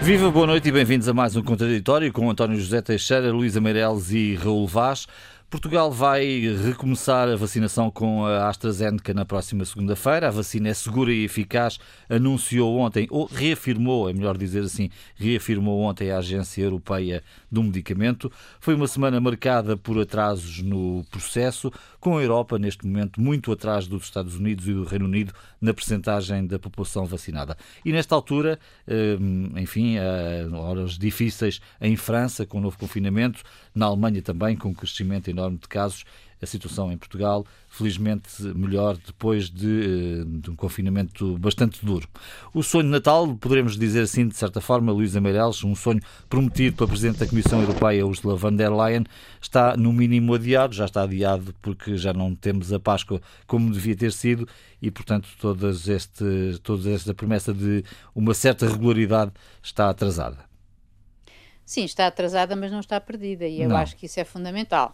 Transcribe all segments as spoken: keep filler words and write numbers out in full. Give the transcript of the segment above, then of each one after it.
Viva, boa noite e bem-vindos a mais um Contraditório com António José Teixeira, Luísa Meireles e Raul Vaz. Portugal vai recomeçar a vacinação com a AstraZeneca na próxima segunda-feira. A vacina é segura e eficaz, anunciou ontem, ou reafirmou, é melhor dizer assim, reafirmou ontem a Agência Europeia do Medicamento. Foi uma semana marcada por atrasos no processo, com a Europa, neste momento, muito atrás dos Estados Unidos e do Reino Unido na percentagem da população vacinada. E nesta altura, enfim, horas difíceis em França, com o novo confinamento, na Alemanha também, com um crescimento enorme de casos, a situação em Portugal, felizmente, melhor depois de, de um confinamento bastante duro. O sonho de Natal, poderemos dizer assim, de certa forma, Luísa Meireles, um sonho prometido pela Presidente da Comissão Europeia, Ursula von der Leyen, está no mínimo adiado, já está adiado porque já não temos a Páscoa como devia ter sido e, portanto, todas este, toda esta promessa de uma certa regularidade está atrasada. Sim, está atrasada, mas não está perdida e eu não. Acho que isso é fundamental.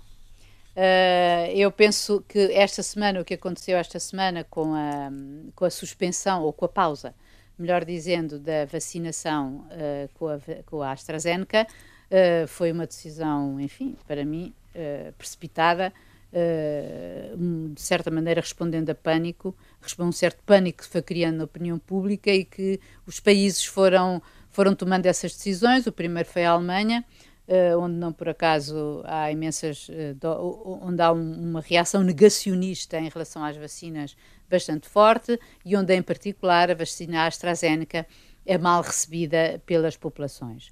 Uh, eu penso que esta semana, o que aconteceu esta semana com a, com a suspensão, ou com a pausa, melhor dizendo, da vacinação uh, com, a, com a AstraZeneca, uh, foi uma decisão, enfim, para mim, uh, precipitada, uh, de certa maneira respondendo a pânico, um certo pânico que se foi criando na opinião pública e que os países foram, foram tomando essas decisões. O primeiro foi a Alemanha, Uh, onde não por acaso há imensas, uh, do, onde há um, uma reação negacionista em relação às vacinas bastante forte e onde em particular a vacina AstraZeneca é mal recebida pelas populações.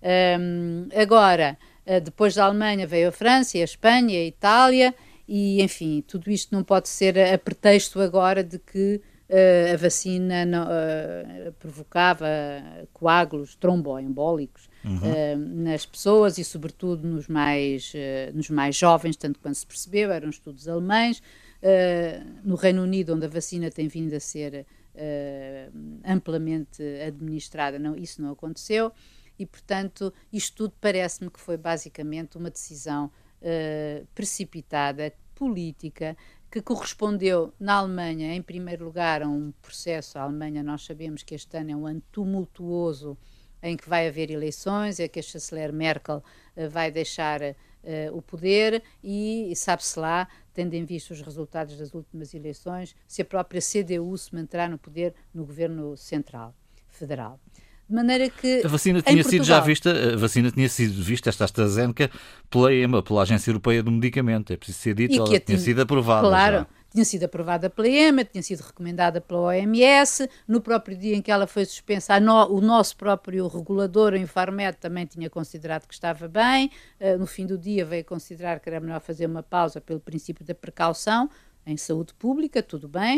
Um, agora, uh, depois da Alemanha veio a França, a Espanha, a Itália e enfim, tudo isto não pode ser a, a pretexto agora de que uh, a vacina não, uh, provocava coágulos tromboembólicos Uhum. Uh, nas pessoas e sobretudo nos mais, uh, nos mais jovens, tanto quanto se percebeu, eram estudos alemães. Uh, no Reino Unido, onde a vacina tem vindo a ser uh, amplamente administrada, não, isso não aconteceu e, portanto, isto tudo parece-me que foi basicamente uma decisão uh, precipitada, política, que correspondeu na Alemanha, em primeiro lugar, a um processo. A Alemanha, nós sabemos que este ano é um ano tumultuoso em que vai haver eleições, é que a chanceler Merkel uh, vai deixar uh, o poder e, e sabe-se lá, tendo em vista os resultados das últimas eleições, se a própria C D U se manterá no poder no governo central, federal. De maneira que a vacina tinha Portugal, sido já vista, a vacina tinha sido vista, esta AstraZeneca, pela E M A, pela Agência Europeia do Medicamento, é preciso ser dito, ela tinha, tinha sido aprovada. Claro. Já. Tinha sido aprovada pela E M A, tinha sido recomendada pela O M S, no próprio dia em que ela foi suspensa, no, o nosso próprio regulador, o Infarmed, também tinha considerado que estava bem, uh, no fim do dia veio considerar que era melhor fazer uma pausa pelo princípio da precaução, em saúde pública, tudo bem,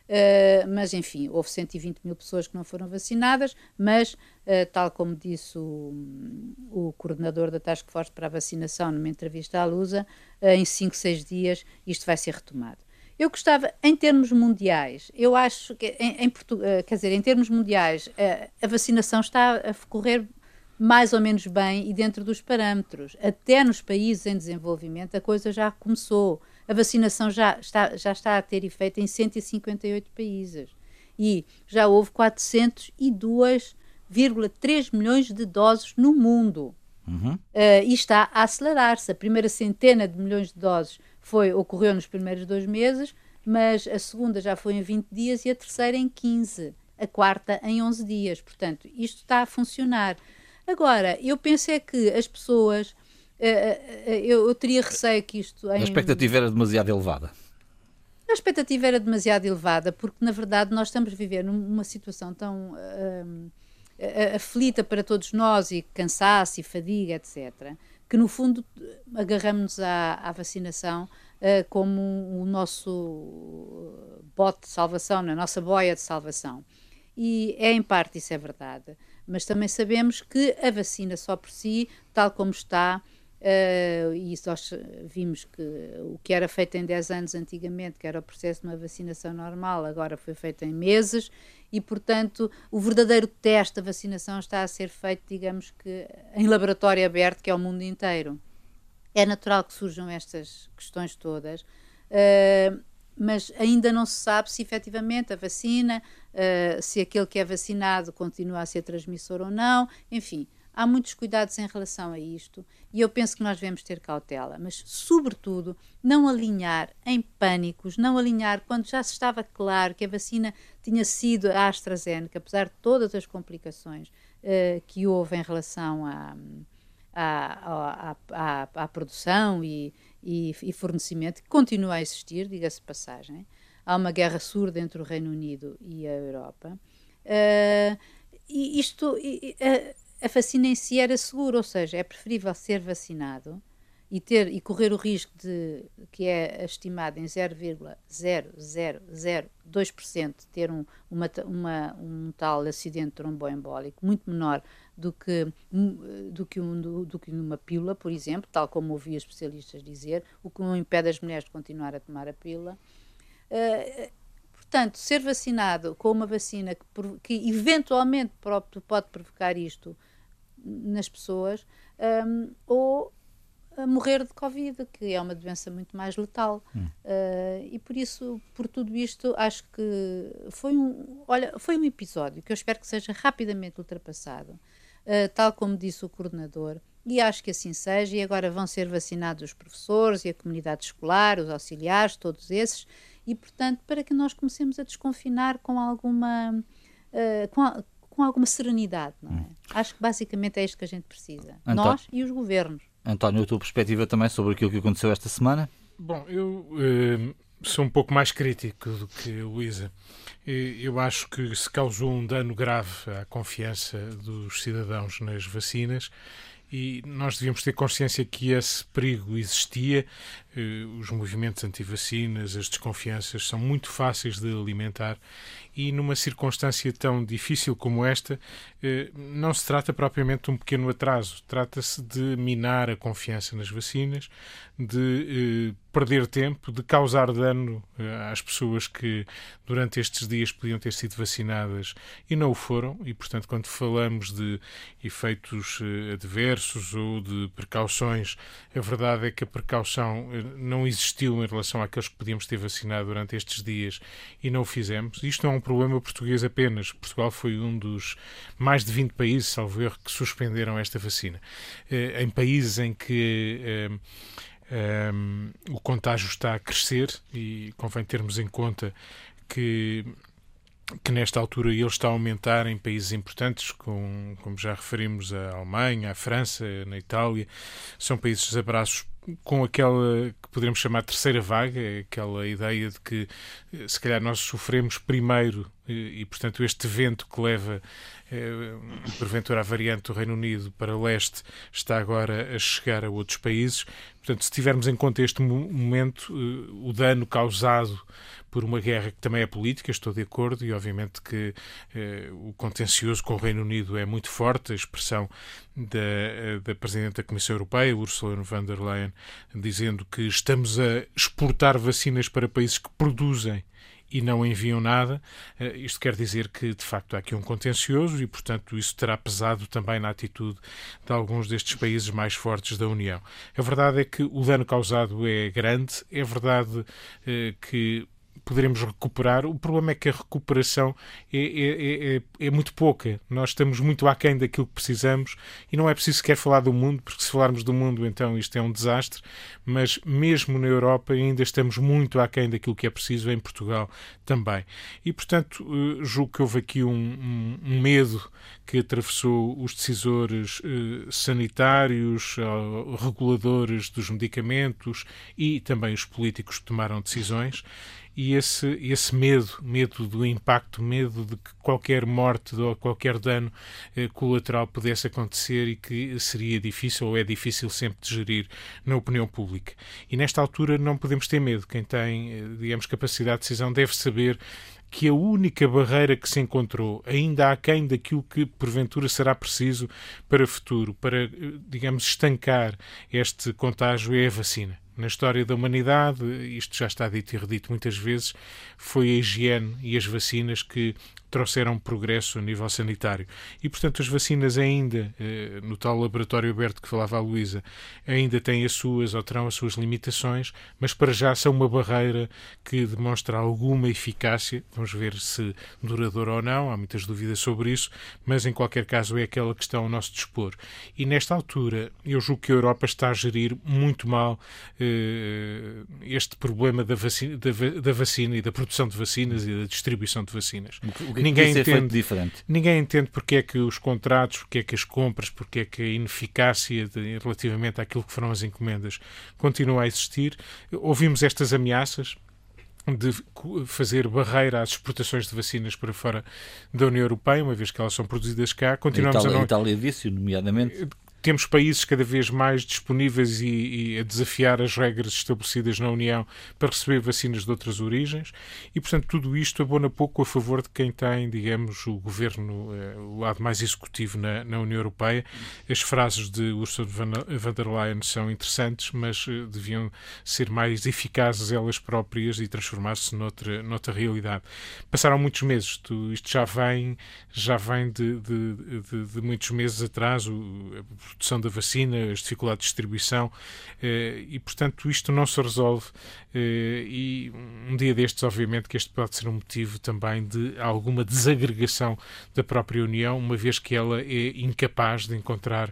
uh, mas enfim, houve cento e vinte mil pessoas que não foram vacinadas, mas uh, tal como disse o, o coordenador da Task Force para a vacinação numa entrevista à Lusa, uh, em cinco, seis dias isto vai ser retomado. Eu gostava, em termos mundiais, eu acho que, em, em Portugal, quer dizer, em termos mundiais, a, a vacinação está a correr mais ou menos bem e dentro dos parâmetros. Até nos países em desenvolvimento a coisa já começou. A vacinação já está, já está a ter efeito em cento e cinquenta e oito países. E já houve quatrocentos e dois vírgula três milhões de doses no mundo. Uhum. Uh, e está a acelerar-se. A primeira centena de milhões de doses foi, ocorreu nos primeiros dois meses, mas a segunda já foi em vinte dias e a terceira em quinze, a quarta em onze dias. Portanto, isto está a funcionar. Agora, eu penso é que as pessoas, uh, uh, eu, eu teria receio que isto... Em... A expectativa era demasiado elevada. A expectativa era demasiado elevada, porque na verdade nós estamos a viver numa situação tão... Uh, aflita para todos nós e cansaço e fadiga, etcétera, que no fundo agarramos-nos à, à vacinação uh, como o nosso bote de salvação, a nossa boia de salvação. E é em parte isso é verdade, mas também sabemos que a vacina só por si, tal como está, uh, e nós vimos que o que era feito em dez anos antigamente, que era o processo de uma vacinação normal, agora foi feito em meses, e, portanto, o verdadeiro teste da vacinação está a ser feito, digamos que, em laboratório aberto, que é o mundo inteiro. É natural que surjam estas questões todas, uh, mas ainda não se sabe se efetivamente a vacina uh, se aquele que é vacinado continua a ser transmissor ou não, enfim. Há muitos cuidados em relação a isto e eu penso que nós devemos ter cautela, mas, sobretudo, não alinhar em pânicos, não alinhar quando já se estava claro que a vacina tinha sido a AstraZeneca, apesar de todas as complicações uh, que houve em relação à, à, à, à, à produção e, e, e fornecimento, que continua a existir, diga-se de passagem. Há uma guerra surda entre o Reino Unido e a Europa. Uh, e isto... E, uh, a vacina em si era segura, ou seja, é preferível ser vacinado e, ter, e correr o risco de, que é estimado em zero vírgula zero zero zero dois por cento, ter um, uma, uma, um tal acidente tromboembólico muito menor do que, do, que um, do, do que numa pílula, por exemplo, tal como ouvi os especialistas dizer, o que não impede as mulheres de continuar a tomar a pílula. Uh, Portanto, ser vacinado com uma vacina que, que eventualmente pode provocar isto nas pessoas, um, ou a morrer de Covid, que é uma doença muito mais letal. Hum. Uh, e por isso, por tudo isto, acho que foi um, olha, foi um episódio que eu espero que seja rapidamente ultrapassado, uh, tal como disse o coordenador, e acho que assim seja, e agora vão ser vacinados os professores e a comunidade escolar, os auxiliares, todos esses, e, portanto, para que nós comecemos a desconfinar com alguma, uh, com, a, com alguma serenidade, não é? Hum. Acho que basicamente é isto que a gente precisa. António, nós e os governos. António, a tua perspectiva também sobre aquilo que aconteceu esta semana? Bom, eu uh, sou um pouco mais crítico do que a Luísa. Eu acho que se causou um dano grave à confiança dos cidadãos nas vacinas e nós devíamos ter consciência que esse perigo existia. Os movimentos anti-vacinas, as desconfianças são muito fáceis de alimentar e numa circunstância tão difícil como esta não se trata propriamente de um pequeno atraso, trata-se de minar a confiança nas vacinas, de perder tempo, de causar dano às pessoas que durante estes dias podiam ter sido vacinadas e não o foram e, portanto, quando falamos de efeitos adversos ou de precauções, a verdade é que a precaução não existiu em relação àqueles que podíamos ter vacinado durante estes dias e não o fizemos. Isto não é um problema português apenas. Portugal foi um dos mais de vinte países, salvo erro, que suspenderam esta vacina. Em países em que um, o contágio está a crescer e convém termos em conta que que nesta altura ele está a aumentar em países importantes, com, como já referimos, a Alemanha, a França, na Itália. São países de abraços com aquela que poderemos chamar de terceira vaga, aquela ideia de que se calhar nós sofremos primeiro e, e portanto, este vento que leva porventura a variante do Reino Unido para leste está agora a chegar a outros países. Portanto, se tivermos em conta este momento, o dano causado por uma guerra que também é política, estou de acordo, e obviamente que eh, o contencioso com o Reino Unido é muito forte, a expressão da, da Presidente da Comissão Europeia, Ursula von der Leyen, dizendo que estamos a exportar vacinas para países que produzem e não enviam nada. Uh, isto quer dizer que, de facto, há aqui um contencioso e, portanto, isso terá pesado também na atitude de alguns destes países mais fortes da União. A verdade é que o dano causado é grande, é verdade uh, que poderemos recuperar. O problema é que a recuperação é, é, é, é muito pouca. Nós estamos muito aquém daquilo que precisamos e não é preciso sequer falar do mundo, porque se falarmos do mundo, então isto é um desastre, mas mesmo na Europa ainda estamos muito aquém daquilo que é preciso, em Portugal também. E, portanto, julgo que houve aqui um, um, um medo que atravessou os decisores eh, sanitários, reguladores dos medicamentos e também os políticos que tomaram decisões. E esse, esse medo, medo do impacto, medo de que qualquer morte ou qualquer dano eh, colateral pudesse acontecer e que seria difícil ou é difícil sempre de gerir na opinião pública. E nesta altura não podemos ter medo. Quem tem, eh, digamos, capacidade de decisão deve saber que a única barreira que se encontrou, ainda aquém daquilo que porventura será preciso para o futuro, para, digamos, estancar este contágio, é a vacina. Na história da humanidade, isto já está dito e redito muitas vezes, foi a higiene e as vacinas que trouxeram progresso a nível sanitário. E, portanto, as vacinas ainda, no tal laboratório aberto que falava a Luísa, ainda têm as suas, ou terão as suas limitações, mas para já são uma barreira que demonstra alguma eficácia. Vamos ver se duradoura ou não, há muitas dúvidas sobre isso, mas em qualquer caso é aquela que está ao nosso dispor. E nesta altura, eu julgo que a Europa está a gerir muito mal eh, este problema da vacina, da, da vacina e da produção de vacinas e da distribuição de vacinas. O que ninguém entende, feito diferente? Ninguém entende porque é que os contratos, porque é que as compras, porque é que a ineficácia de, relativamente àquilo que foram as encomendas continua a existir. Ouvimos estas ameaças de fazer barreira às exportações de vacinas para fora da União Europeia, uma vez que elas são produzidas cá. Continuamos a Itália, a não... a Itália disse, nomeadamente... Temos países cada vez mais disponíveis e, e a desafiar as regras estabelecidas na União para receber vacinas de outras origens e, portanto, tudo isto abona pouco a favor de quem tem, digamos, o governo, o lado mais executivo na, na União Europeia. As frases de Ursula von der Leyen são interessantes, mas deviam ser mais eficazes elas próprias e transformar-se noutra, noutra realidade. Passaram muitos meses, tu, isto já vem, já vem de, de, de, de muitos meses atrás, o, a produção da vacina, as dificuldades de distribuição e, portanto, isto não se resolve e um dia destes, obviamente, que este pode ser um motivo também de alguma desagregação da própria União, uma vez que ela é incapaz de encontrar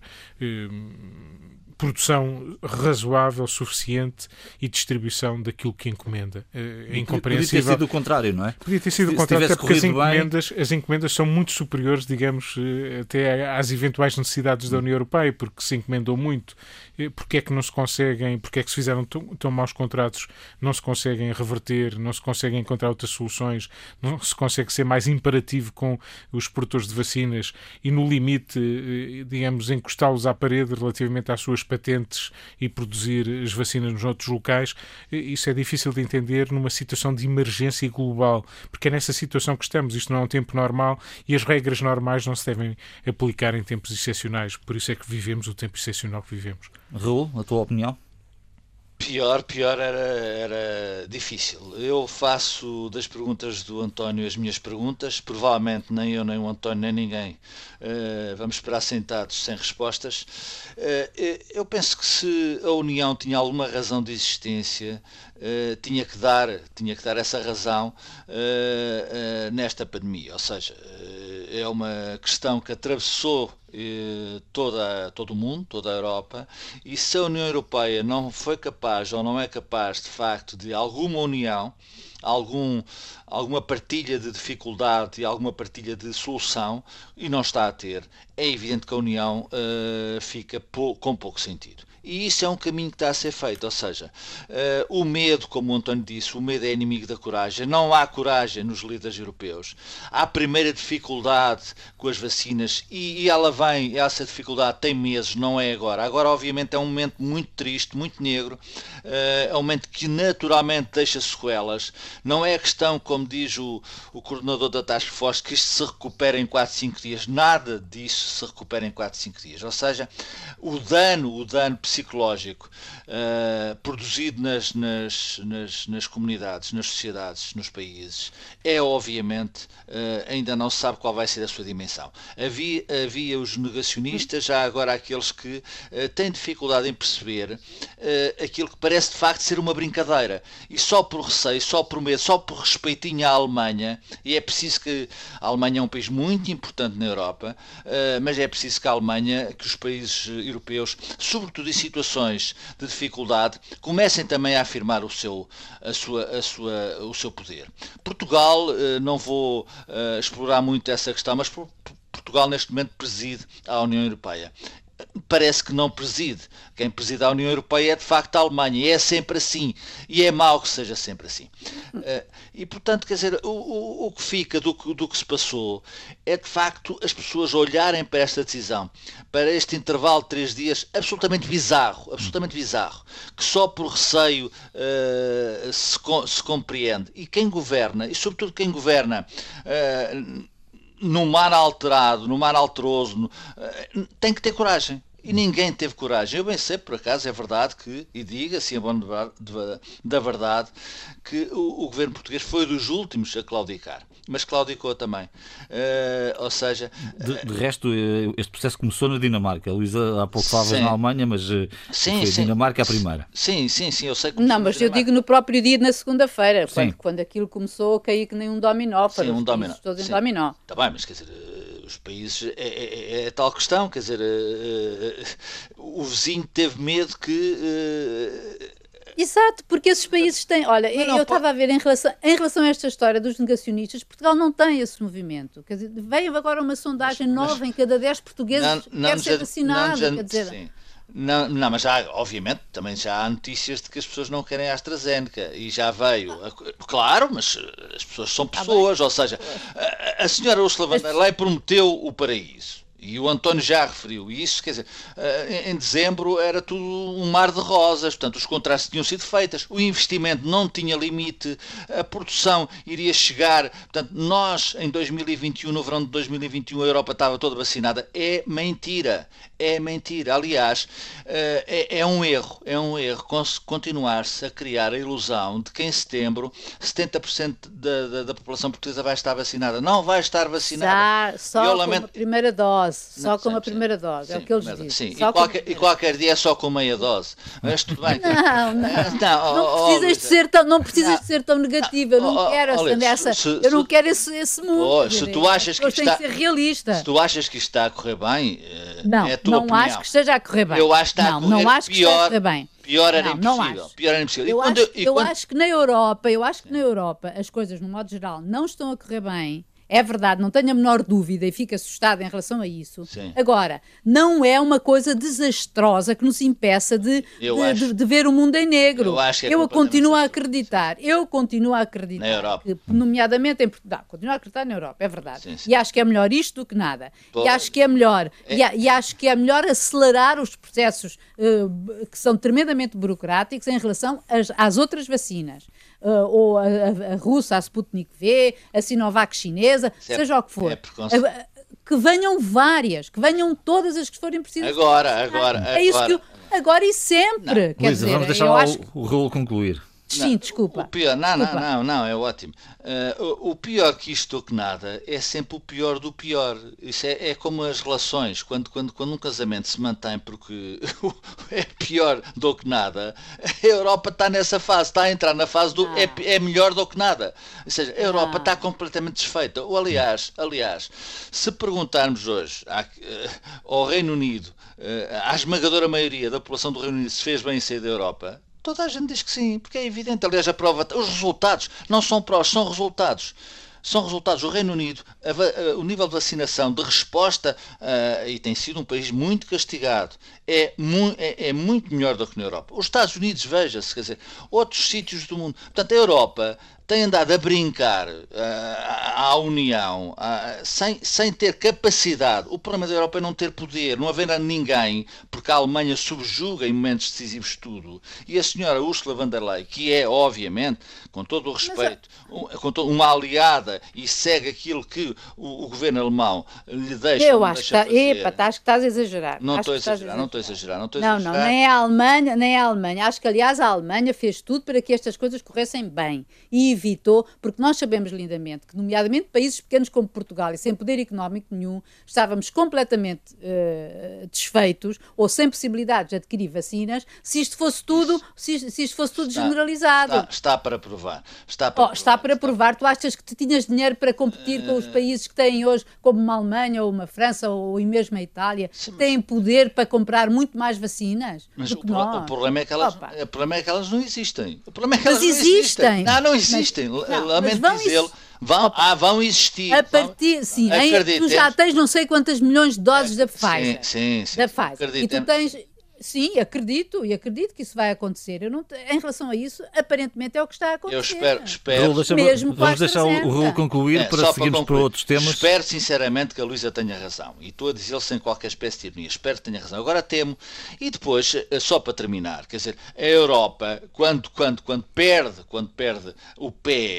produção razoável, suficiente e distribuição daquilo que encomenda. É incompreensível. Podia ter sido o contrário, não é? Podia ter sido o contrário, até porque as encomendas, as encomendas são muito superiores, digamos, até às eventuais necessidades da União Europeia, porque se encomendou muito. Porque é que não se conseguem, porque é que se fizeram tão, tão maus contratos, não se conseguem reverter, não se conseguem encontrar outras soluções, não se consegue ser mais imperativo com os produtores de vacinas e, no limite, digamos, encostá-los à parede relativamente às suas patentes e produzir as vacinas nos outros locais. Isso é difícil de entender numa situação de emergência global, porque é nessa situação que estamos. Isto não é um tempo normal e as regras normais não se devem aplicar em tempos excepcionais. Por isso é que vivemos o tempo excepcional que vivemos. Raul, a tua opinião? Pior, pior era, era difícil. Eu faço das perguntas do António as minhas perguntas. Provavelmente nem eu, nem o António, nem ninguém uh, vamos esperar sentados sem respostas. Uh, eu penso que se a União tinha alguma razão de existência, uh, tinha que dar, tinha que dar essa razão uh, uh, nesta pandemia. Ou seja, uh, é uma questão que atravessou Toda, todo o mundo, toda a Europa, e se a União Europeia não foi capaz ou não é capaz de facto de alguma união, algum, alguma partilha de dificuldade e alguma partilha de solução, e não está a ter, é evidente que a União uh, fica pou, com pouco sentido. E isso é um caminho que está a ser feito, ou seja, uh, o medo, como o António disse, o medo é inimigo da coragem. Não há coragem nos líderes europeus. Há a primeira dificuldade com as vacinas e, e ela vem, essa dificuldade tem meses, não é agora. Agora, obviamente, é um momento muito triste, muito negro, uh, é um momento que naturalmente deixa sequelas. Não é a questão, como diz o, o coordenador da Task Force, que isto se recupera em quatro, cinco dias. Nada disso se recupera em quatro, cinco dias. Ou seja, o dano, o dano psicológico uh, produzido nas, nas, nas, nas comunidades, nas sociedades, nos países, é obviamente, uh, ainda não se sabe qual vai ser a sua dimensão. Havia, havia os negacionistas, já agora aqueles que uh, têm dificuldade em perceber uh, aquilo que parece de facto ser uma brincadeira, e só por receio, só por medo, só por respeitinho à Alemanha, e é preciso que a Alemanha é um país muito importante na Europa, uh, mas é preciso que a Alemanha, que os países europeus, sobretudo em situações de dificuldade, comecem também a afirmar o seu, a sua, a sua, o seu poder. Portugal, não vou explorar muito essa questão, mas Portugal neste momento preside a União Europeia. Parece que não preside. Quem preside a União Europeia é de facto a Alemanha, e é sempre assim, e é mau que seja sempre assim. E portanto, quer dizer, o, o, o que fica do, do que se passou é de facto as pessoas olharem para esta decisão, para este intervalo de três dias absolutamente bizarro, absolutamente bizarro, que só por receio uh, se, se compreende. E quem governa, e sobretudo quem governa uh, no mar alterado, no mar alteroso, no, uh, tem que ter coragem. E ninguém teve coragem. Eu bem sei, por acaso, é verdade que, e diga-se, a bom da verdade, que o, o governo português foi dos últimos a claudicar. Mas claudicou também. Uh, ou seja... De, de resto, este processo começou na Dinamarca. A Luísa há pouco falavas na Alemanha, mas sim, foi a Dinamarca a primeira. Sim, sim, sim, eu sei que... Não, mas eu digo no próprio dia, na segunda-feira, quando, quando aquilo começou a cair que nem um dominó, para sim, os um dominó. Todos em dominó. Está bem, mas quer dizer, os países... É, é, é tal questão, quer dizer, o vizinho teve medo que... Exato, porque esses países têm... Olha, não, não, eu estava a ver em relação, em relação a esta história dos negacionistas, Portugal não tem esse movimento. Quer dizer, veio agora uma sondagem mas, nova mas, em cada dez portugueses não, não, quer ser vacinado. Não, quer dizer... Sim. Não, não, mas já, obviamente, também já há notícias de que as pessoas não querem a AstraZeneca e já veio, a, claro, mas as pessoas são pessoas, ah, ou seja, a, a senhora Ursula von der Leyen prometeu o paraíso. E o António já referiu isso, quer dizer, em dezembro era tudo um mar de rosas, portanto os contratos tinham sido feitos, o investimento não tinha limite, a produção iria chegar, portanto nós em dois mil e vinte e um, no verão de dois mil e vinte e um, a Europa estava toda vacinada. É mentira, é mentira. Aliás, é, é um erro, é um erro continuar-se a criar a ilusão de que em setembro setenta por cento da, da, da população portuguesa vai estar vacinada. Não vai estar vacinada. Só, só lamento... com a primeira dose. Só não, com sim, a primeira sim, dose, sim, é o que eles dizem. Sim. E, qualquer, com... e qualquer dia é só com meia dose. Mas tudo bem. Não, não. não, não, oh, precisas, oh, de, ser tão, não precisas não. de ser tão negativa. Eu não oh, quero, oh, essa, essa, se, eu não se, quero esse, esse mundo. Oh, se tu achas que está, tem que ser realista. Se tu achas que isto está a correr bem, não, é a tua não opinião. acho que esteja a correr bem. Eu acho que está não, a correr não acho que pior. Esteja a correr bem. Pior era não, impossível. Não Pior era impossível. Eu, quando, acho, eu quando... acho que na Europa, eu acho que na Europa as coisas, no modo geral, não estão a correr bem. É verdade, não tenho a menor dúvida e fico assustada em relação a isso. Sim. Agora, não é uma coisa desastrosa que nos impeça de, de, acho, de, de ver o mundo em negro. Eu, acho que é eu continuo a acreditar, eu continuo a acreditar, na Europa. Que, nomeadamente em Portugal, continuo a acreditar na Europa, é verdade. Sim, sim. E acho que é melhor isto do que nada. Pô, e acho que é melhor, é... E, a, e acho que é melhor acelerar os processos uh, que são tremendamente burocráticos em relação às, às outras vacinas. Uh, ou a, a, a russa, a Sputnik V, a Sinovac chinesa, certo. Seja o que for. É que venham várias, que venham todas as que forem precisas. Agora, agora, é isso agora. Que eu, agora e sempre. Quer Luísa, dizer, vamos deixar lá acho... o Raul concluir. Sim, não, desculpa. O pior, não, desculpa. não, não, não, é ótimo. Uh, o, o pior que isto do que nada é sempre o pior do pior. Isso é, é como as relações, quando, quando, quando um casamento se mantém porque é pior do que nada, a Europa está nessa fase, está a entrar na fase do ah. é, é melhor do que nada. Ou seja, a Europa ah. está completamente desfeita. Ou aliás, aliás, se perguntarmos hoje ao Reino Unido, à esmagadora maioria da população do Reino Unido se fez bem em sair da Europa, toda a gente diz que sim, porque é evidente. Aliás, a prova, os resultados não são provas, são resultados. São resultados. O Reino Unido, a, a, o nível de vacinação, de resposta, uh, e tem sido um país muito castigado, é, mu é, é muito melhor do que na Europa. Os Estados Unidos, veja-se, quer dizer, outros sítios do mundo. Portanto, a Europa tem andado a brincar uh, à União uh, sem, sem ter capacidade. O problema da Europa é não ter poder, não haver ninguém, porque a Alemanha subjuga em momentos decisivos tudo. E a senhora Ursula von der Leyen, que é, obviamente, com todo o respeito, um, com todo, uma aliada e segue aquilo que o, o governo alemão lhe deixa, eu acho deixa que está, epa, acho que estás a exagerar. Não estou a exagerar, exagerar, não estou a exagerar. Não, estou a não, exagerar. não, nem a Alemanha, nem a Alemanha. Acho que, aliás, a Alemanha fez tudo para que estas coisas corressem bem. E evitou, porque nós sabemos lindamente que, nomeadamente países pequenos como Portugal e sem poder económico nenhum, estávamos completamente uh, desfeitos ou sem possibilidades de adquirir vacinas se isto fosse tudo, se, se isto fosse tudo está, generalizado. Está, está para provar. Está para, oh, provar, está para está provar. Tu achas que tu tinhas dinheiro para competir uh... com os países que têm hoje, como uma Alemanha ou uma França ou mesmo a Itália, sim, mas... têm poder para comprar muito mais vacinas mas do que o, nós? O problema, é que elas, o problema é que elas não existem. O problema é que mas elas não existem. existem. Não, não existem. Mas, não, lamento dizê-lo, vão, ah, vão existir. A partir, sim, em, tu já tens não sei quantas milhões de doses da Pfizer. Sim, sim, sim. Da Pfizer. E tu tens... Sim, acredito, e acredito que isso vai acontecer. Eu não, em relação a isso, aparentemente é o que está a acontecer. Eu espero, espero. Deixa, mesmo vamos deixar o Raul concluir é, para seguirmos para, para outros temas. Espero sinceramente que a Luísa tenha razão. E estou a dizê-lo sem qualquer espécie de ironia. Espero que tenha razão. Agora temo. E depois, só para terminar, quer dizer, a Europa, quando, quando, quando perde, quando perde o pé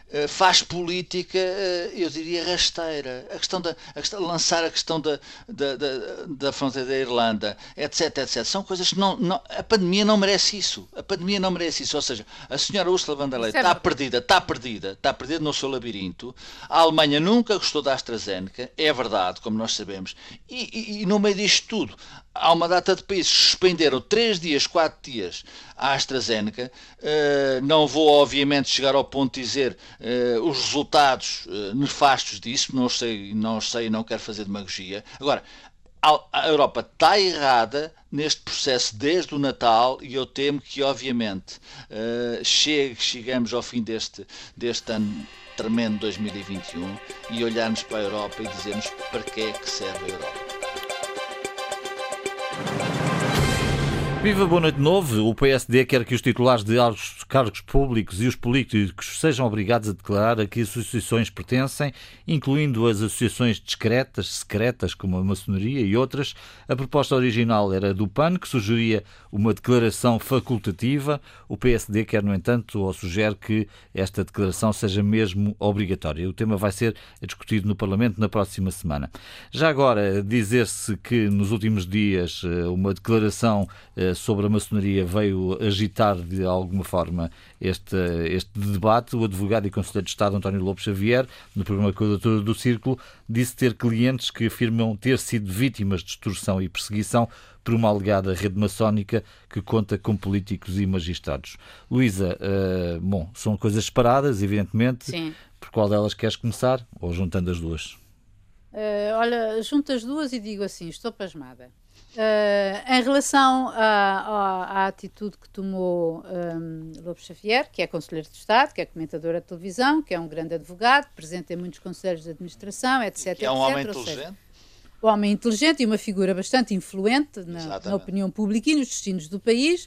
faz política, eu diria, rasteira. A questão de a questão, lançar a questão da, da, da, da fronteira da Irlanda, etc, etcétera, são coisas que não, não, a pandemia não merece isso. A pandemia não merece isso. Ou seja, a senhora Ursula von der Leyen está perdida, está perdida, está perdida no seu labirinto. A Alemanha nunca gostou da AstraZeneca, é verdade, como nós sabemos. E, e, e no meio disto tudo, há uma data de países que suspenderam três dias, quatro dias a AstraZeneca. Uh, não vou, obviamente, chegar ao ponto de dizer uh, os resultados uh, nefastos disso, não sei, não sei, não quero fazer demagogia. Agora, a, a Europa está errada neste processo desde o Natal e eu temo que, obviamente, uh, chegue, chegamos ao fim deste, deste ano tremendo dois mil e vinte e um e olharmos para a Europa e dizermos para que é que serve a Europa. Viva, boa noite de novo. O P S D quer que os titulares de cargos públicos e os políticos sejam obrigados a declarar a que associações pertencem, incluindo as associações discretas, secretas, como a maçonaria e outras. A proposta original era do P A N, que sugeria uma declaração facultativa. O P S D quer, no entanto, ou sugere que esta declaração seja mesmo obrigatória. O tema vai ser discutido no Parlamento na próxima semana. Já agora, dizer-se que nos últimos dias uma declaração sobre a maçonaria veio agitar de alguma forma este, este debate. O advogado e conselheiro de Estado António Lobo Xavier, no programa Quadratura do Círculo, disse ter clientes que afirmam ter sido vítimas de extorsão e perseguição por uma alegada rede maçónica que conta com políticos e magistrados. Luísa, uh, bom, são coisas separadas, evidentemente. Sim. Por qual delas queres começar? Ou juntando as duas? Uh, olha, junto as duas e digo assim, estou pasmada. Uh, em relação à, à, à atitude que tomou um, Lobo Xavier, que é conselheiro de Estado, que é comentador da televisão, que é um grande advogado, presente em muitos conselhos de administração, etcétera. Que é um etcétera, homem inteligente. Um homem inteligente e uma figura bastante influente na, na opinião pública e nos destinos do país.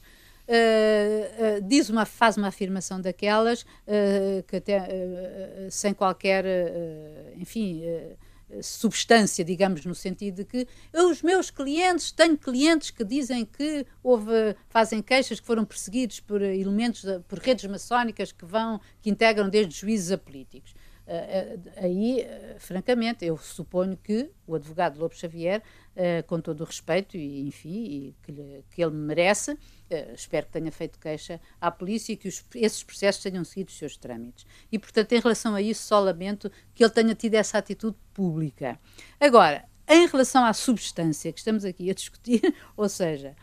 Uh, uh, diz uma, faz uma afirmação daquelas uh, que até uh, sem qualquer, uh, enfim... Uh, substância, digamos, no sentido de que os meus clientes, tenho clientes que dizem que houve, fazem queixas que foram perseguidos por elementos, por redes maçónicas que vão, que integram desde juízes a políticos. Uh, uh, aí, uh, francamente, eu suponho que o advogado Lobo Xavier, uh, com todo o respeito e, enfim, e que, lhe, que ele merece, uh, espero que tenha feito queixa à polícia e que os, esses processos tenham seguido os seus trâmites. E, portanto, em relação a isso, só lamento que ele tenha tido essa atitude pública. Agora, em relação à substância que estamos aqui a discutir, ou seja,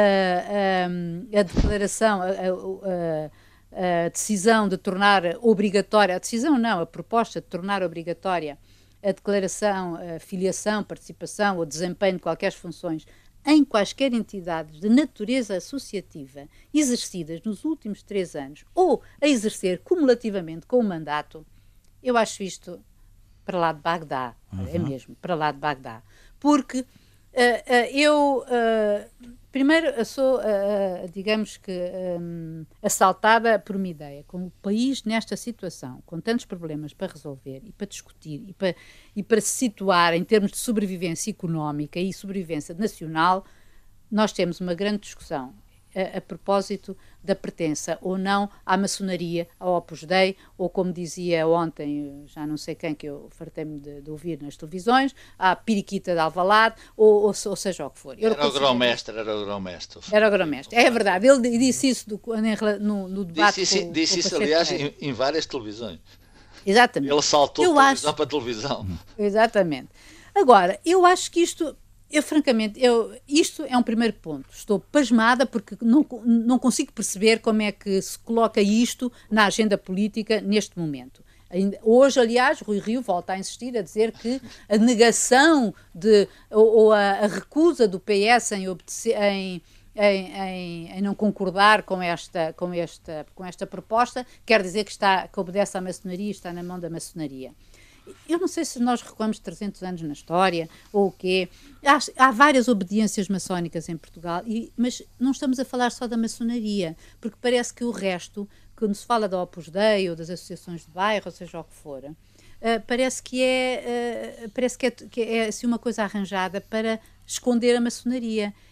uh, uh, a declaração... Uh, uh, a decisão de tornar obrigatória, a decisão não, a proposta de tornar obrigatória a declaração, a filiação, participação ou desempenho de quaisquer funções em quaisquer entidades de natureza associativa exercidas nos últimos três anos ou a exercer cumulativamente com o mandato, eu acho isto para lá de Bagdá, uhum. É mesmo, para lá de Bagdá. Porque uh, uh, eu... Uh, Primeiro, eu sou, uh, digamos que, um, assaltada por uma ideia. Como o país, nesta situação, com tantos problemas para resolver e para discutir e para, e para se situar em termos de sobrevivência económica e sobrevivência nacional, nós temos uma grande discussão a, a propósito da pertença ou não à maçonaria, ao Opus Dei, ou como dizia ontem, já não sei quem, que eu fartei-me de, de ouvir nas televisões, à Piriquita de Alvalade, ou, ou, ou seja o que for. Eu era, o grão-mestre, era o grão-mestre. Era o grão-mestre, é verdade. Ele disse isso do, no, no debate. Disse, com, disse com isso, aliás, em, em várias televisões. Exatamente. Ele saltou eu de televisão acho... para televisão. Exatamente. Agora, eu acho que isto... Eu, francamente, eu, isto é um primeiro ponto. Estou pasmada porque não, não consigo perceber como é que se coloca isto na agenda política neste momento. Hoje, aliás, Rui Rio volta a insistir a dizer que a negação de, ou, ou a, a recusa do P S em, obedecer, em, em, em, em não concordar com esta, com, esta, com esta proposta quer dizer que, está, que obedece à maçonaria e está na mão da maçonaria. Eu não sei se nós recuamos trezentos anos na história ou o quê. Há, há várias obediências maçónicas em Portugal, e, mas não estamos a falar só da maçonaria, porque parece que o resto, quando se fala da Opus Dei ou das associações de bairro, ou seja o que for, uh, parece que é, uh, parece que é, que é assim, uma coisa arranjada para esconder a maçonaria.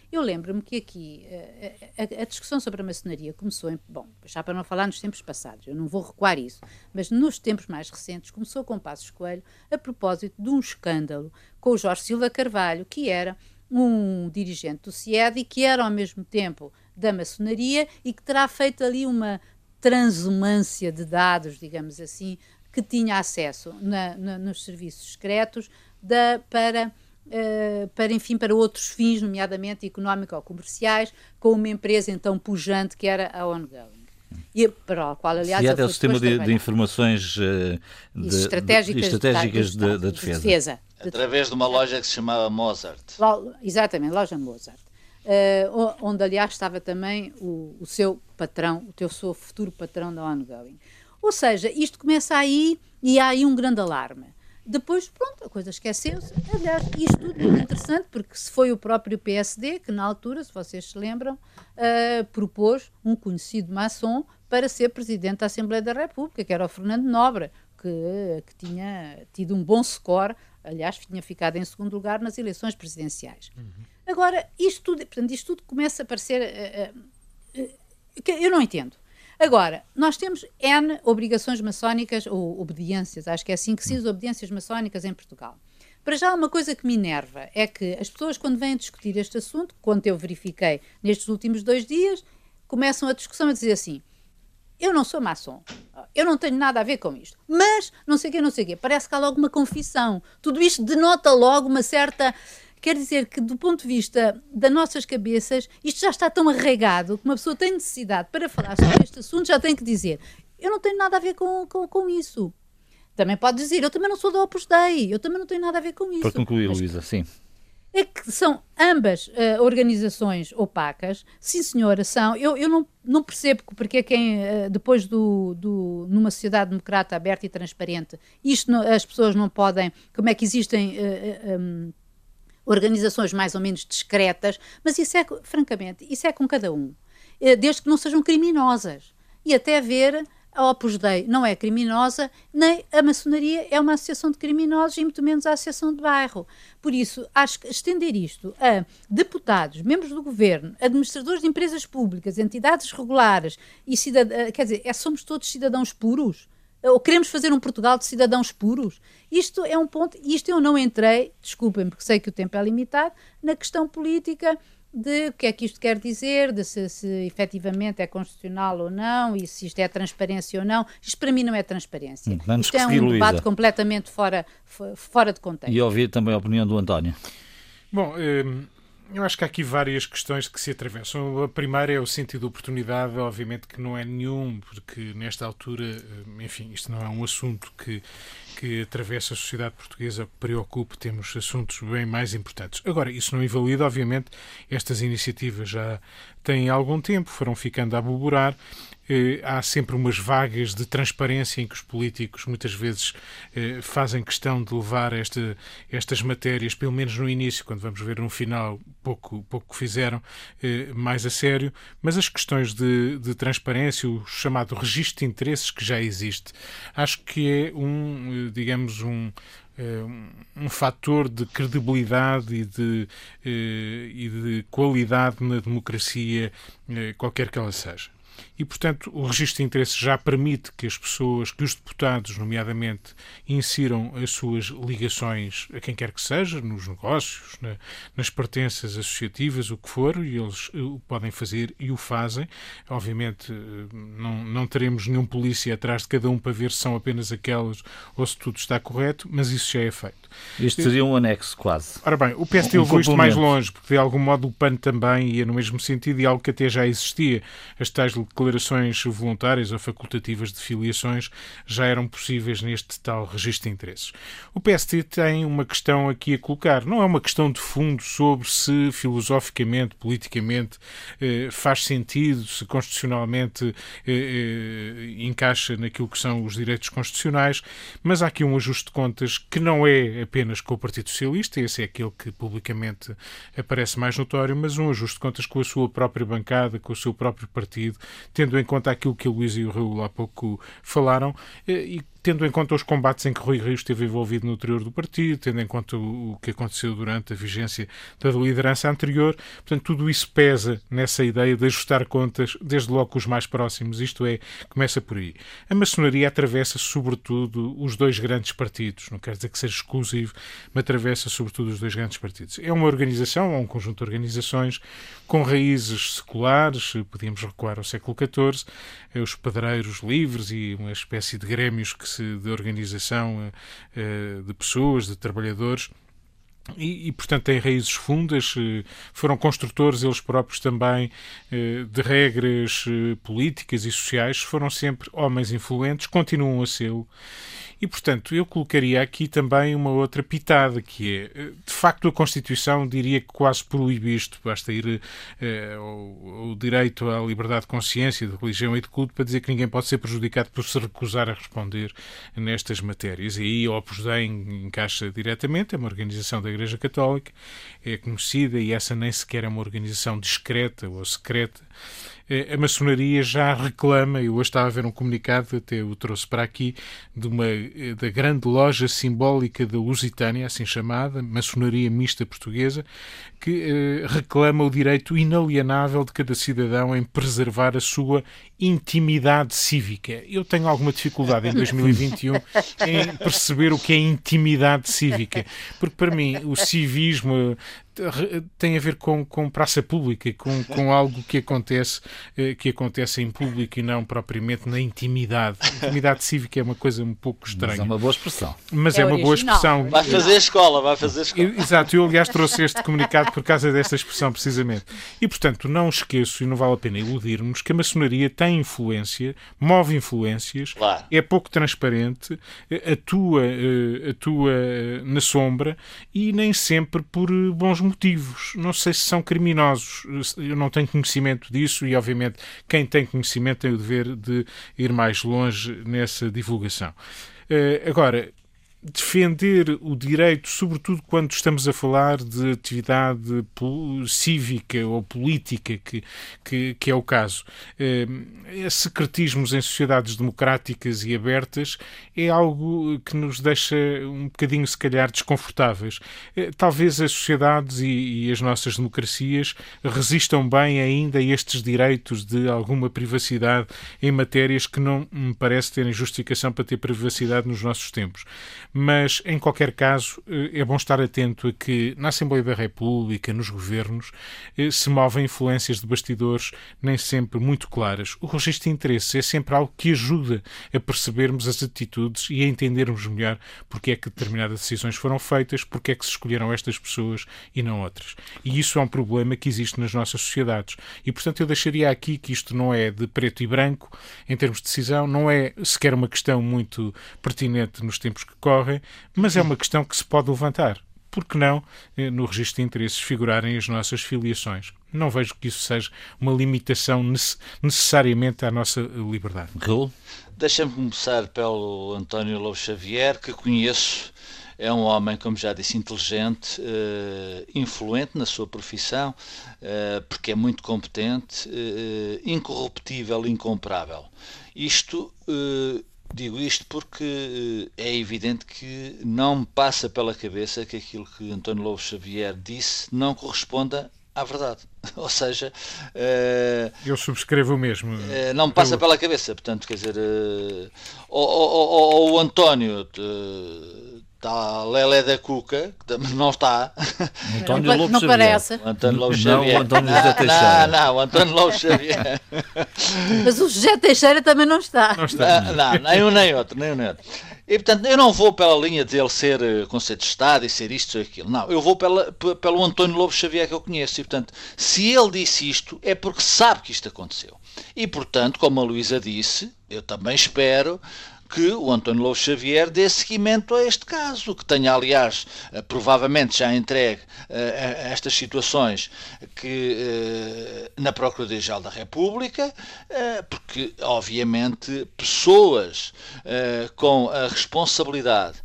Eu lembro-me que aqui a, a, a discussão sobre a maçonaria começou, em, bom, já para não falar nos tempos passados, eu não vou recuar isso, mas nos tempos mais recentes começou com Passos Coelho a propósito de um escândalo com o Jorge Silva Carvalho, que era um dirigente do C I E D e que era ao mesmo tempo da maçonaria e que terá feito ali uma transumância de dados, digamos assim, que tinha acesso na, na, nos serviços secretos da, para... Uh, para, enfim, para outros fins, nomeadamente económico ou comerciais, com uma empresa então pujante que era a Ongoing. E para a qual, aliás, C I E D é o sistema de, de informações uh, de, estratégicas, de, estratégicas da de, de, de, defesa. de defesa. Através de uma loja que se chamava Mozart. Lo, exatamente, loja Mozart. Uh, onde, aliás, estava também o, o seu patrão, o teu seu futuro patrão da Ongoing. Ou seja, isto começa aí e há aí um grande alarme. Depois, pronto, a coisa esqueceu-se. Aliás, isto tudo é muito interessante, porque se foi o próprio P S D que, na altura, se vocês se lembram, uh, propôs um conhecido maçom para ser Presidente da Assembleia da República, que era o Fernando Nobre, que, que tinha tido um bom score, aliás, tinha ficado em segundo lugar nas eleições presidenciais. Uhum. Agora, isto tudo, portanto, isto tudo começa a parecer... Uh, uh, uh, que eu não entendo. Agora, nós temos N obrigações maçónicas, ou obediências, acho que é assim que se diz, obediências maçónicas em Portugal. Para já, uma coisa que me enerva é que as pessoas, quando vêm discutir este assunto, quando eu verifiquei nestes últimos dois dias, começam a discussão a dizer assim: eu não sou maçom, eu não tenho nada a ver com isto, mas não sei o quê, não sei o quê. Parece que há logo uma confissão. Tudo isto denota logo uma certa... Quer dizer que, do ponto de vista das nossas cabeças, isto já está tão arraigado que uma pessoa tem necessidade, para falar sobre este assunto, já tem que dizer: eu não tenho nada a ver com, com, com isso. Também pode dizer: eu também não sou da Opus Dei, eu também não tenho nada a ver com isso. Para concluir, Luísa, sim. É que são ambas uh, organizações opacas, sim senhora, são. Eu, eu não, não percebo porque é quem, uh, depois do, do, numa sociedade democrata aberta e transparente, isto não, as pessoas não podem, como é que existem... Uh, um, organizações mais ou menos discretas, mas isso é, francamente, isso é com cada um, desde que não sejam criminosas. E até ver, a Opus Dei não é criminosa, nem a maçonaria é uma associação de criminosos e muito menos a associação de bairro. Por isso, acho que estender isto a deputados, membros do governo, administradores de empresas públicas, entidades regulares e cidadãos, quer dizer, é, somos todos cidadãos puros? Ou queremos fazer um Portugal de cidadãos puros? Isto é um ponto, isto eu não entrei, desculpem, porque sei que o tempo é limitado, na questão política de o que é que isto quer dizer, de se, se efetivamente é constitucional ou não, e se isto é transparência ou não. Isto para mim não é transparência. Hum, isto é um Luísa. debate completamente fora, fora de contexto. E ouvir também a opinião do António. Bom... Hum... Eu acho que há aqui várias questões que se atravessam. A primeira é o sentido de oportunidade, obviamente que não é nenhum, porque nesta altura, enfim, isto não é um assunto que, que atravessa a sociedade portuguesa, que preocupe, temos assuntos bem mais importantes. Agora, isso não invalida, obviamente, estas iniciativas já têm algum tempo, foram ficando a aboborar. Eh, há sempre umas vagas de transparência em que os políticos muitas vezes eh, fazem questão de levar esta, estas matérias, pelo menos no início, quando vamos ver no final, pouco, pouco fizeram, eh, mais a sério, mas as questões de, de transparência, o chamado registro de interesses que já existe, acho que é um, digamos, um um fator de credibilidade e de, e de qualidade na democracia, qualquer que ela seja. E, portanto, o registro de interesses já permite que as pessoas, que os deputados, nomeadamente, insiram as suas ligações a quem quer que seja, nos negócios, na, nas pertenças associativas, o que for, e eles o podem fazer e o fazem. Obviamente, não, não teremos nenhum polícia atrás de cada um para ver se são apenas aquelas ou se tudo está correto, mas isso já é feito. Isto seria um anexo, quase. Ora bem, o P S D um levou isto mais longe, porque de algum modo o P A N também ia no mesmo sentido e algo que até já existia. As tais declarações voluntárias ou facultativas de filiações já eram possíveis neste tal registro de interesses. O P S D tem uma questão aqui a colocar. Não é uma questão de fundo sobre se filosoficamente, politicamente, eh, faz sentido, se constitucionalmente eh, eh, encaixa naquilo que são os direitos constitucionais, mas há aqui um ajuste de contas que não é apenas com o Partido Socialista, esse é aquele que publicamente aparece mais notório, mas um ajuste de contas com a sua própria bancada, com o seu próprio partido, tendo em conta aquilo que a Luísa e o Raul há pouco falaram, e tendo em conta os combates em que Rui Rio esteve envolvido no interior do partido, tendo em conta o que aconteceu durante a vigência da liderança anterior. Portanto, tudo isso pesa nessa ideia de ajustar contas, desde logo com os mais próximos, isto é, começa por aí. A maçonaria atravessa sobretudo os dois grandes partidos, não quer dizer que seja exclusivo, mas atravessa sobretudo os dois grandes partidos. É uma organização, é um conjunto de organizações com raízes seculares, podíamos recuar ao século catorze, os padreiros livres e uma espécie de grêmios que se, de organização de pessoas, de trabalhadores, E, e, portanto, têm raízes fundas, foram construtores eles próprios também de regras políticas e sociais, foram sempre homens influentes, continuam a ser. E, portanto, eu colocaria aqui também uma outra pitada, que é, de facto, a Constituição diria que quase proíbe isto, basta ir eh, ao, ao direito à liberdade de consciência, de religião e de culto, para dizer que ninguém pode ser prejudicado por se recusar a responder nestas matérias. E aí a Opus Dei encaixa diretamente, é uma organização da Igreja Católica, é conhecida e essa nem sequer é uma organização discreta ou secreta. A maçonaria já reclama, eu hoje estava a ver um comunicado, até o trouxe para aqui, de uma, da grande loja simbólica da Lusitânia, assim chamada, maçonaria mista portuguesa, que eh, reclama o direito inalienável de cada cidadão em preservar a sua intimidade cívica. Eu tenho alguma dificuldade em dois mil e vinte e um em perceber o que é intimidade cívica, porque para mim o civismo tem a ver com, com praça pública, com, com algo que acontece, que acontece em público e não propriamente na intimidade. A intimidade cívica é uma coisa um pouco estranha. Mas é uma boa expressão. Mas é, é uma boa expressão. Vai fazer escola, vai fazer escola. Exato, eu aliás trouxe este comunicado por causa desta expressão precisamente. E portanto não esqueço, e não vale a pena iludir-nos, que a maçonaria tem influência, move influências, claro, é pouco transparente, atua, atua na sombra e nem sempre por bons motivos. Não sei se são criminosos, eu não tenho conhecimento disso e obviamente quem tem conhecimento tem o dever de ir mais longe nessa divulgação. Agora, defender o direito, sobretudo quando estamos a falar de atividade cívica ou política, que, que, que é o caso. É, secretismos em sociedades democráticas e abertas é algo que nos deixa um bocadinho, se calhar, desconfortáveis. É, talvez as sociedades e, e as nossas democracias resistam bem ainda a estes direitos de alguma privacidade em matérias que não me parece terem justificação para ter privacidade nos nossos tempos. Mas, em qualquer caso, é bom estar atento a que na Assembleia da República, nos governos, se movem influências de bastidores nem sempre muito claras. O registro de interesses é sempre algo que ajuda a percebermos as atitudes e a entendermos melhor porque é que determinadas decisões foram feitas, porque é que se escolheram estas pessoas e não outras. E isso é um problema que existe nas nossas sociedades. E, portanto, eu deixaria aqui que isto não é de preto e branco, em termos de decisão, não é sequer uma questão muito pertinente nos tempos que correm, mas é uma questão que se pode levantar. Por que não, no registro de interesses, figurarem as nossas filiações? Não vejo que isso seja uma limitação necessariamente à nossa liberdade. Raul? Deixa-me começar pelo António Lobo Xavier, que conheço. É um homem, como já disse, inteligente, uh, influente na sua profissão, uh, porque é muito competente, uh, incorruptível, incomparável. Isto... Uh, Digo isto porque é evidente que não me passa pela cabeça que aquilo que António Lobo Xavier disse não corresponda à verdade. Ou seja... Uh, eu subscrevo o mesmo. Uh, não me passa eu... pela cabeça. Portanto, quer dizer... Uh, ou, ou, ou, ou o António... Uh, está Lelé da Cuca, que também não está. António não, Lobo não Xavier. parece. O António Lobo não, Xavier. O António José Teixeira. Não, não, o António Lobo Xavier. Mas o José Teixeira também não está. Não está. Não, não, nem um nem outro, nem um nem outro. E, portanto, eu não vou pela linha de ele ser uh, conceito de Estado e ser isto ou aquilo. Não, eu vou pela, pelo António Lobo Xavier que eu conheço. E, portanto, se ele disse isto, é porque sabe que isto aconteceu. E, portanto, como a Luísa disse, eu também espero que o António Lobo Xavier dê seguimento a este caso, que tenha, aliás, provavelmente já entregue uh, estas situações que, uh, na Procuradoria-Geral da República, uh, porque, obviamente, pessoas uh, com a responsabilidade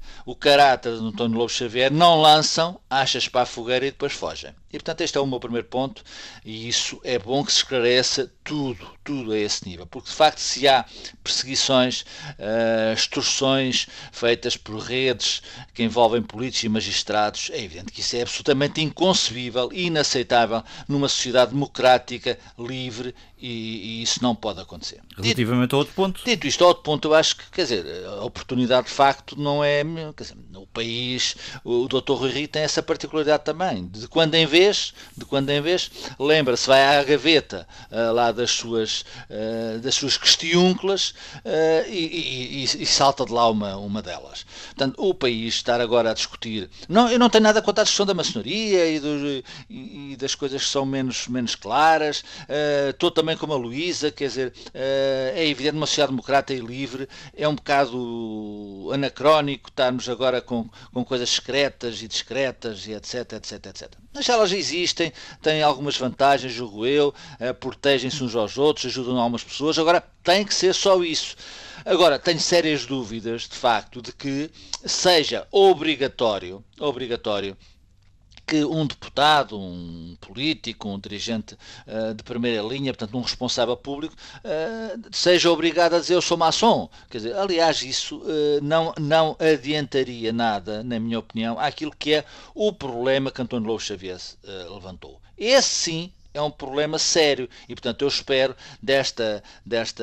o caráter de António Lobo Xavier, não lançam achas para a fogueira e depois fogem. E, portanto, este é o meu primeiro ponto, e isso é bom que se esclareça tudo, tudo a esse nível, porque, de facto, se há perseguições, uh, extorsões feitas por redes que envolvem políticos e magistrados, é evidente que isso é absolutamente inconcebível e inaceitável numa sociedade democrática, livre, e, e isso não pode acontecer. Relativamente dito, a outro ponto. Dito isto, a outro ponto, eu acho que, quer dizer, a oportunidade, de facto, não é... Quer dizer, o país, o doutor Rui Rio tem essa particularidade também, de quando em vez de quando em vez, lembra-se, vai à gaveta uh, lá das suas, uh, das suas questiúnculas uh, e, e, e, e salta de lá uma, uma delas. Portanto, o país estar agora a discutir... Não, eu não tenho nada contra a discussão da maçonaria e, do, e, e das coisas que são menos, menos claras. Uh, estou também como a Luísa, quer dizer, uh, é evidente, uma sociedade democrata e livre é um bocado anacrónico estarmos agora com, com coisas secretas e discretas e etc, etc, etc. Mas elas existem, têm algumas vantagens, julgo eu, uh, protegem-se uns aos outros, ajudam algumas pessoas. Agora, tem que ser só isso. Agora, tenho sérias dúvidas, de facto, de que seja obrigatório, obrigatório que um deputado, um político, um dirigente uh, de primeira linha, portanto um responsável público, uh, seja obrigado a dizer eu sou maçom. Quer dizer, aliás, isso uh, não, não adiantaria nada, na minha opinião, àquilo que é o problema que António Lobo Xavier uh, levantou. Esse sim é um problema sério e, portanto, eu espero desta, desta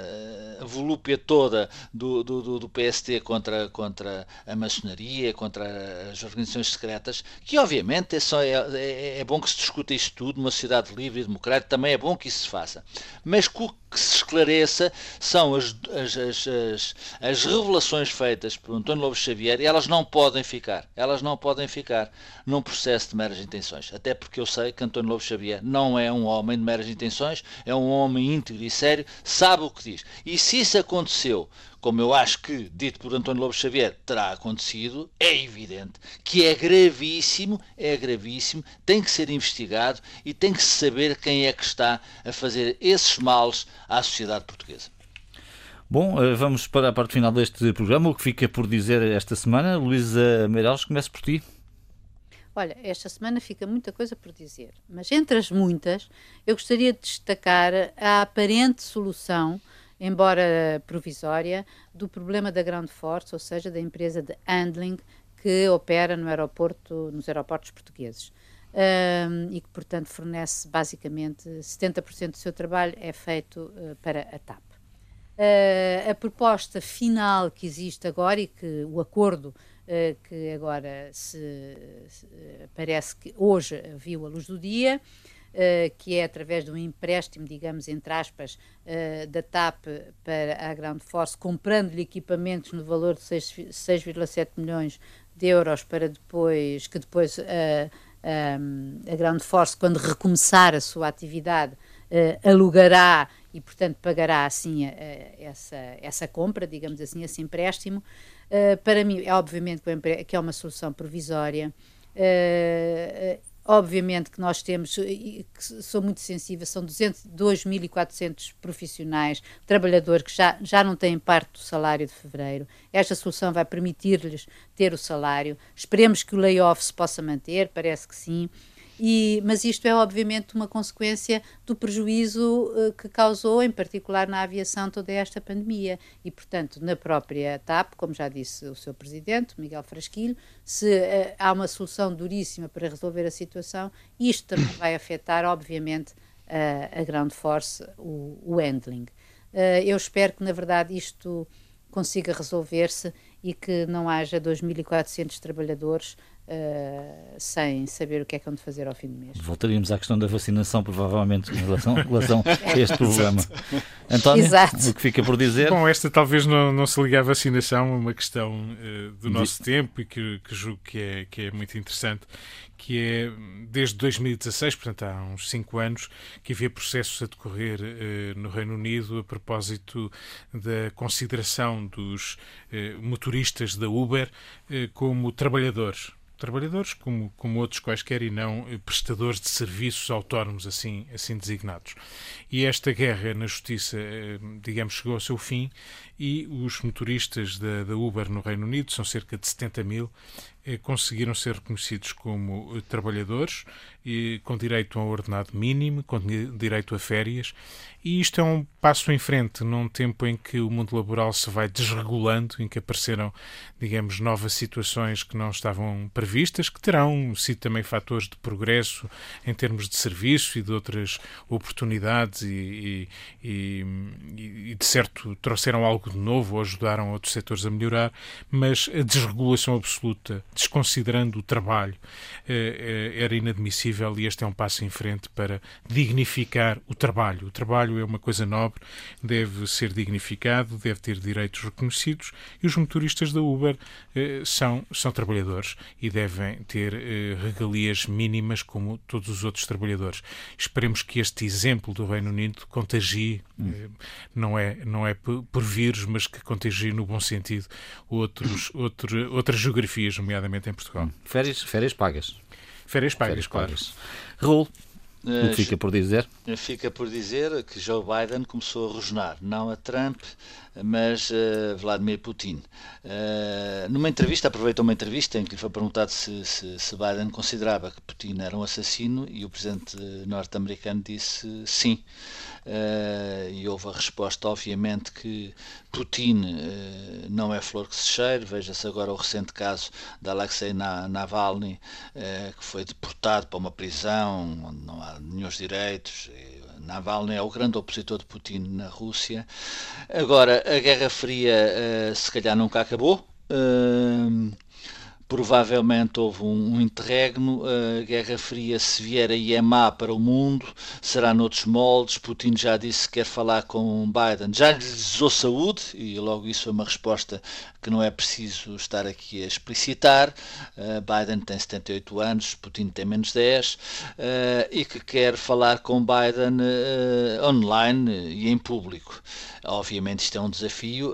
volúpia toda do, do, do P S T contra, contra a maçonaria, contra as organizações secretas, que obviamente é, só, é, é, é bom que se discuta isto tudo numa sociedade livre e democrática, também é bom que isso se faça, mas que o que se esclareça são as, as, as, as, as revelações feitas por António Lobo Xavier, e elas não podem ficar, elas não podem ficar num processo de meras intenções, até porque eu sei que António Lobo Xavier não é um homem de meras intenções, é um homem íntegro e sério, sabe o que diz. E se isso aconteceu, como eu acho que, dito por António Lobo Xavier, terá acontecido, é evidente que é gravíssimo, é gravíssimo, tem que ser investigado e tem que se saber quem é que está a fazer esses males à sociedade portuguesa. Bom, vamos para a parte final deste programa. O que fica por dizer esta semana? Luísa Meireles, começo por ti. Olha, esta semana fica muita coisa por dizer, mas entre as muitas, eu gostaria de destacar a aparente solução, embora provisória, do problema da Ground Force, ou seja, da empresa de handling que opera no aeroporto, nos aeroportos portugueses. Um, e que, portanto, fornece basicamente setenta por cento do seu trabalho é feito uh, para a TAP. Uh, a proposta final que existe agora e que o acordo uh, que agora se, se parece que hoje viu a luz do dia, uh, que é através de um empréstimo, digamos, entre aspas, uh, da TAP para a Ground Force, comprando-lhe equipamentos no valor de seis vírgula sete milhões de euros para depois, que depois uh, um, a Ground Force, quando recomeçar a sua atividade, uh, alugará e, portanto, pagará assim uh, essa, essa compra, digamos assim, esse empréstimo. Uh, para mim, é obviamente que é uma solução provisória. Uh, uh, Obviamente que nós temos, que sou muito sensível, são dois mil e quatrocentos profissionais, trabalhadores que já, já não têm parte do salário de fevereiro. Esta solução vai permitir-lhes ter o salário. Esperemos que o layoff se possa manter, parece que sim. E, mas isto é obviamente uma consequência do prejuízo uh, que causou, em particular na aviação, toda esta pandemia. E, portanto, na própria TAP, como já disse o seu presidente, Miguel Frasquilho, se uh, há uma solução duríssima para resolver a situação, isto também vai afetar, obviamente, uh, a Ground Force, o, o handling. Uh, eu espero que, na verdade, isto consiga resolver-se e que não haja dois mil e quatrocentos trabalhadores Uh, sem saber o que é que vão de fazer ao fim do mês. Voltaríamos à questão da vacinação, provavelmente, em relação, em relação a este problema. António, Exato. O que fica por dizer? Bom, esta talvez não, não se ligue à vacinação, é uma questão uh, do nosso De... tempo e que, que julgo que é, que é muito interessante, que é desde dois mil e dezasseis, portanto há uns cinco anos, que havia processos a decorrer uh, no Reino Unido a propósito da consideração dos uh, motoristas da Uber uh, como trabalhadores. Trabalhadores como, como outros quaisquer e não prestadores de serviços autónomos assim, assim designados. E esta guerra na justiça, digamos, chegou ao seu fim e os motoristas da, da Uber no Reino Unido, são cerca de setenta mil, conseguiram ser reconhecidos como trabalhadores e com direito a um ordenado mínimo, com direito a férias, e isto é um passo em frente num tempo em que o mundo laboral se vai desregulando, em que apareceram, digamos, novas situações que não estavam previstas, que terão sido também fatores de progresso em termos de serviço e de outras oportunidades e, e, e, e de certo trouxeram algo de novo ou ajudaram outros setores a melhorar, mas a desregulação absoluta, desconsiderando o trabalho, era inadmissível, e este é um passo em frente para dignificar o trabalho. O trabalho é uma coisa nobre, deve ser dignificado, deve ter direitos reconhecidos, e os motoristas da Uber são, são trabalhadores e devem ter regalias mínimas como todos os outros trabalhadores. Esperemos que este exemplo do Reino Unido contagie, hum. não é, não é por vírus, mas que contagie no bom sentido outros, outro, outras geografias, nomeadamente em Portugal. Férias, férias pagas. Férias pagas, férias claro. Pagas. Raul, o que fica por dizer? Fica por dizer que Joe Biden começou a rosnar, não a Trump, mas uh, Vladimir Putin. Uh, numa entrevista, aproveitou uma entrevista em que lhe foi perguntado se, se, se Biden considerava que Putin era um assassino, e o presidente norte-americano disse sim. Uh, e houve a resposta, obviamente, que Putin uh, não é flor que se cheire. Veja-se agora o recente caso de Alexei Navalny, uh, que foi deportado para uma prisão onde não há nenhum direitos. Navalny é o grande opositor de Putin na Rússia. Agora, a Guerra Fria uh, se calhar nunca acabou. Uh, Provavelmente houve um, um interregno. A Guerra Fria, se vier aí, é má para o mundo, será noutros moldes. Putin já disse que quer falar com Biden, já lhe desejou saúde, e logo isso é uma resposta que não é preciso estar aqui a explicitar. Uh, Biden tem setenta e oito anos, Putin tem menos dez, uh, e que quer falar com Biden uh, online e em público. Obviamente isto é um desafio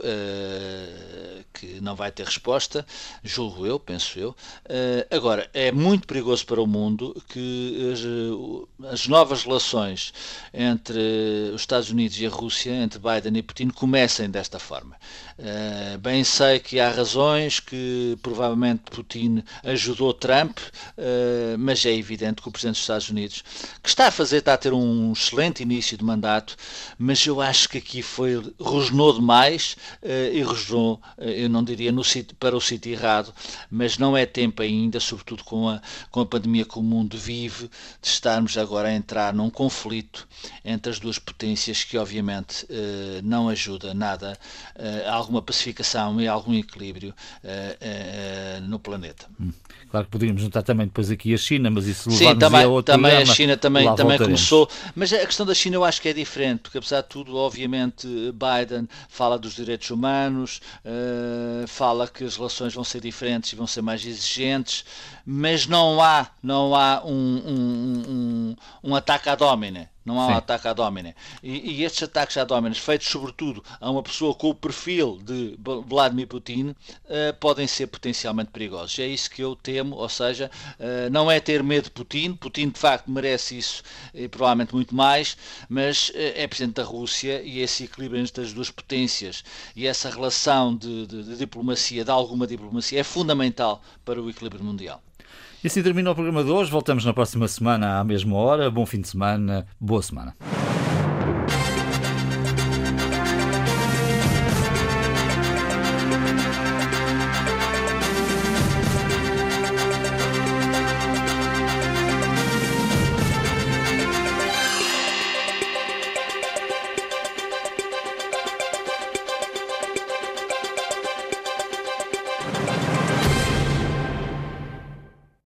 uh, que não vai ter resposta, julgo eu, penso eu. Uh, agora, é muito perigoso para o mundo que as, as novas relações entre os Estados Unidos e a Rússia, entre Biden e Putin, comecem desta forma. Uh, bem sei que há razões que provavelmente Putin ajudou Trump, uh, mas é evidente que o Presidente dos Estados Unidos, que está a fazer, está a ter um excelente início de mandato, mas eu acho que aqui foi, rosnou demais, uh, e rosnou, uh, eu não diria no sítio, para o sítio errado, mas não é tempo ainda, sobretudo com a, com a pandemia que o mundo vive, de estarmos agora a entrar num conflito entre as duas potências que obviamente uh, não ajuda nada uh, a alguma pacificação e algum equilíbrio uh, uh, no planeta. Hum. Claro que poderíamos juntar também depois aqui a China, mas isso Sim, também, a outro também programa. A China também, Lá também voltaremos. começou, mas a questão da China eu acho que é diferente, porque apesar de tudo, obviamente, Biden fala dos direitos humanos, uh, fala que as relações vão ser diferentes e vão ser mais exigentes, mas não há, não há um, um, um, um ataque ad hominem. Não há Sim. um ataque ad hominem. E, e estes ataques ad hominem, feitos sobretudo a uma pessoa com o perfil de Vladimir Putin, uh, podem ser potencialmente perigosos. É isso que eu temo, ou seja, uh, não é ter medo de Putin. Putin, de facto, merece isso e provavelmente muito mais, mas uh, é presidente da Rússia, e esse equilíbrio entre as duas potências e essa relação de, de, de diplomacia, de alguma diplomacia, é fundamental para o equilíbrio mundial. E assim termina o programa de hoje. Voltamos na próxima semana à mesma hora. Bom fim de semana. Boa semana.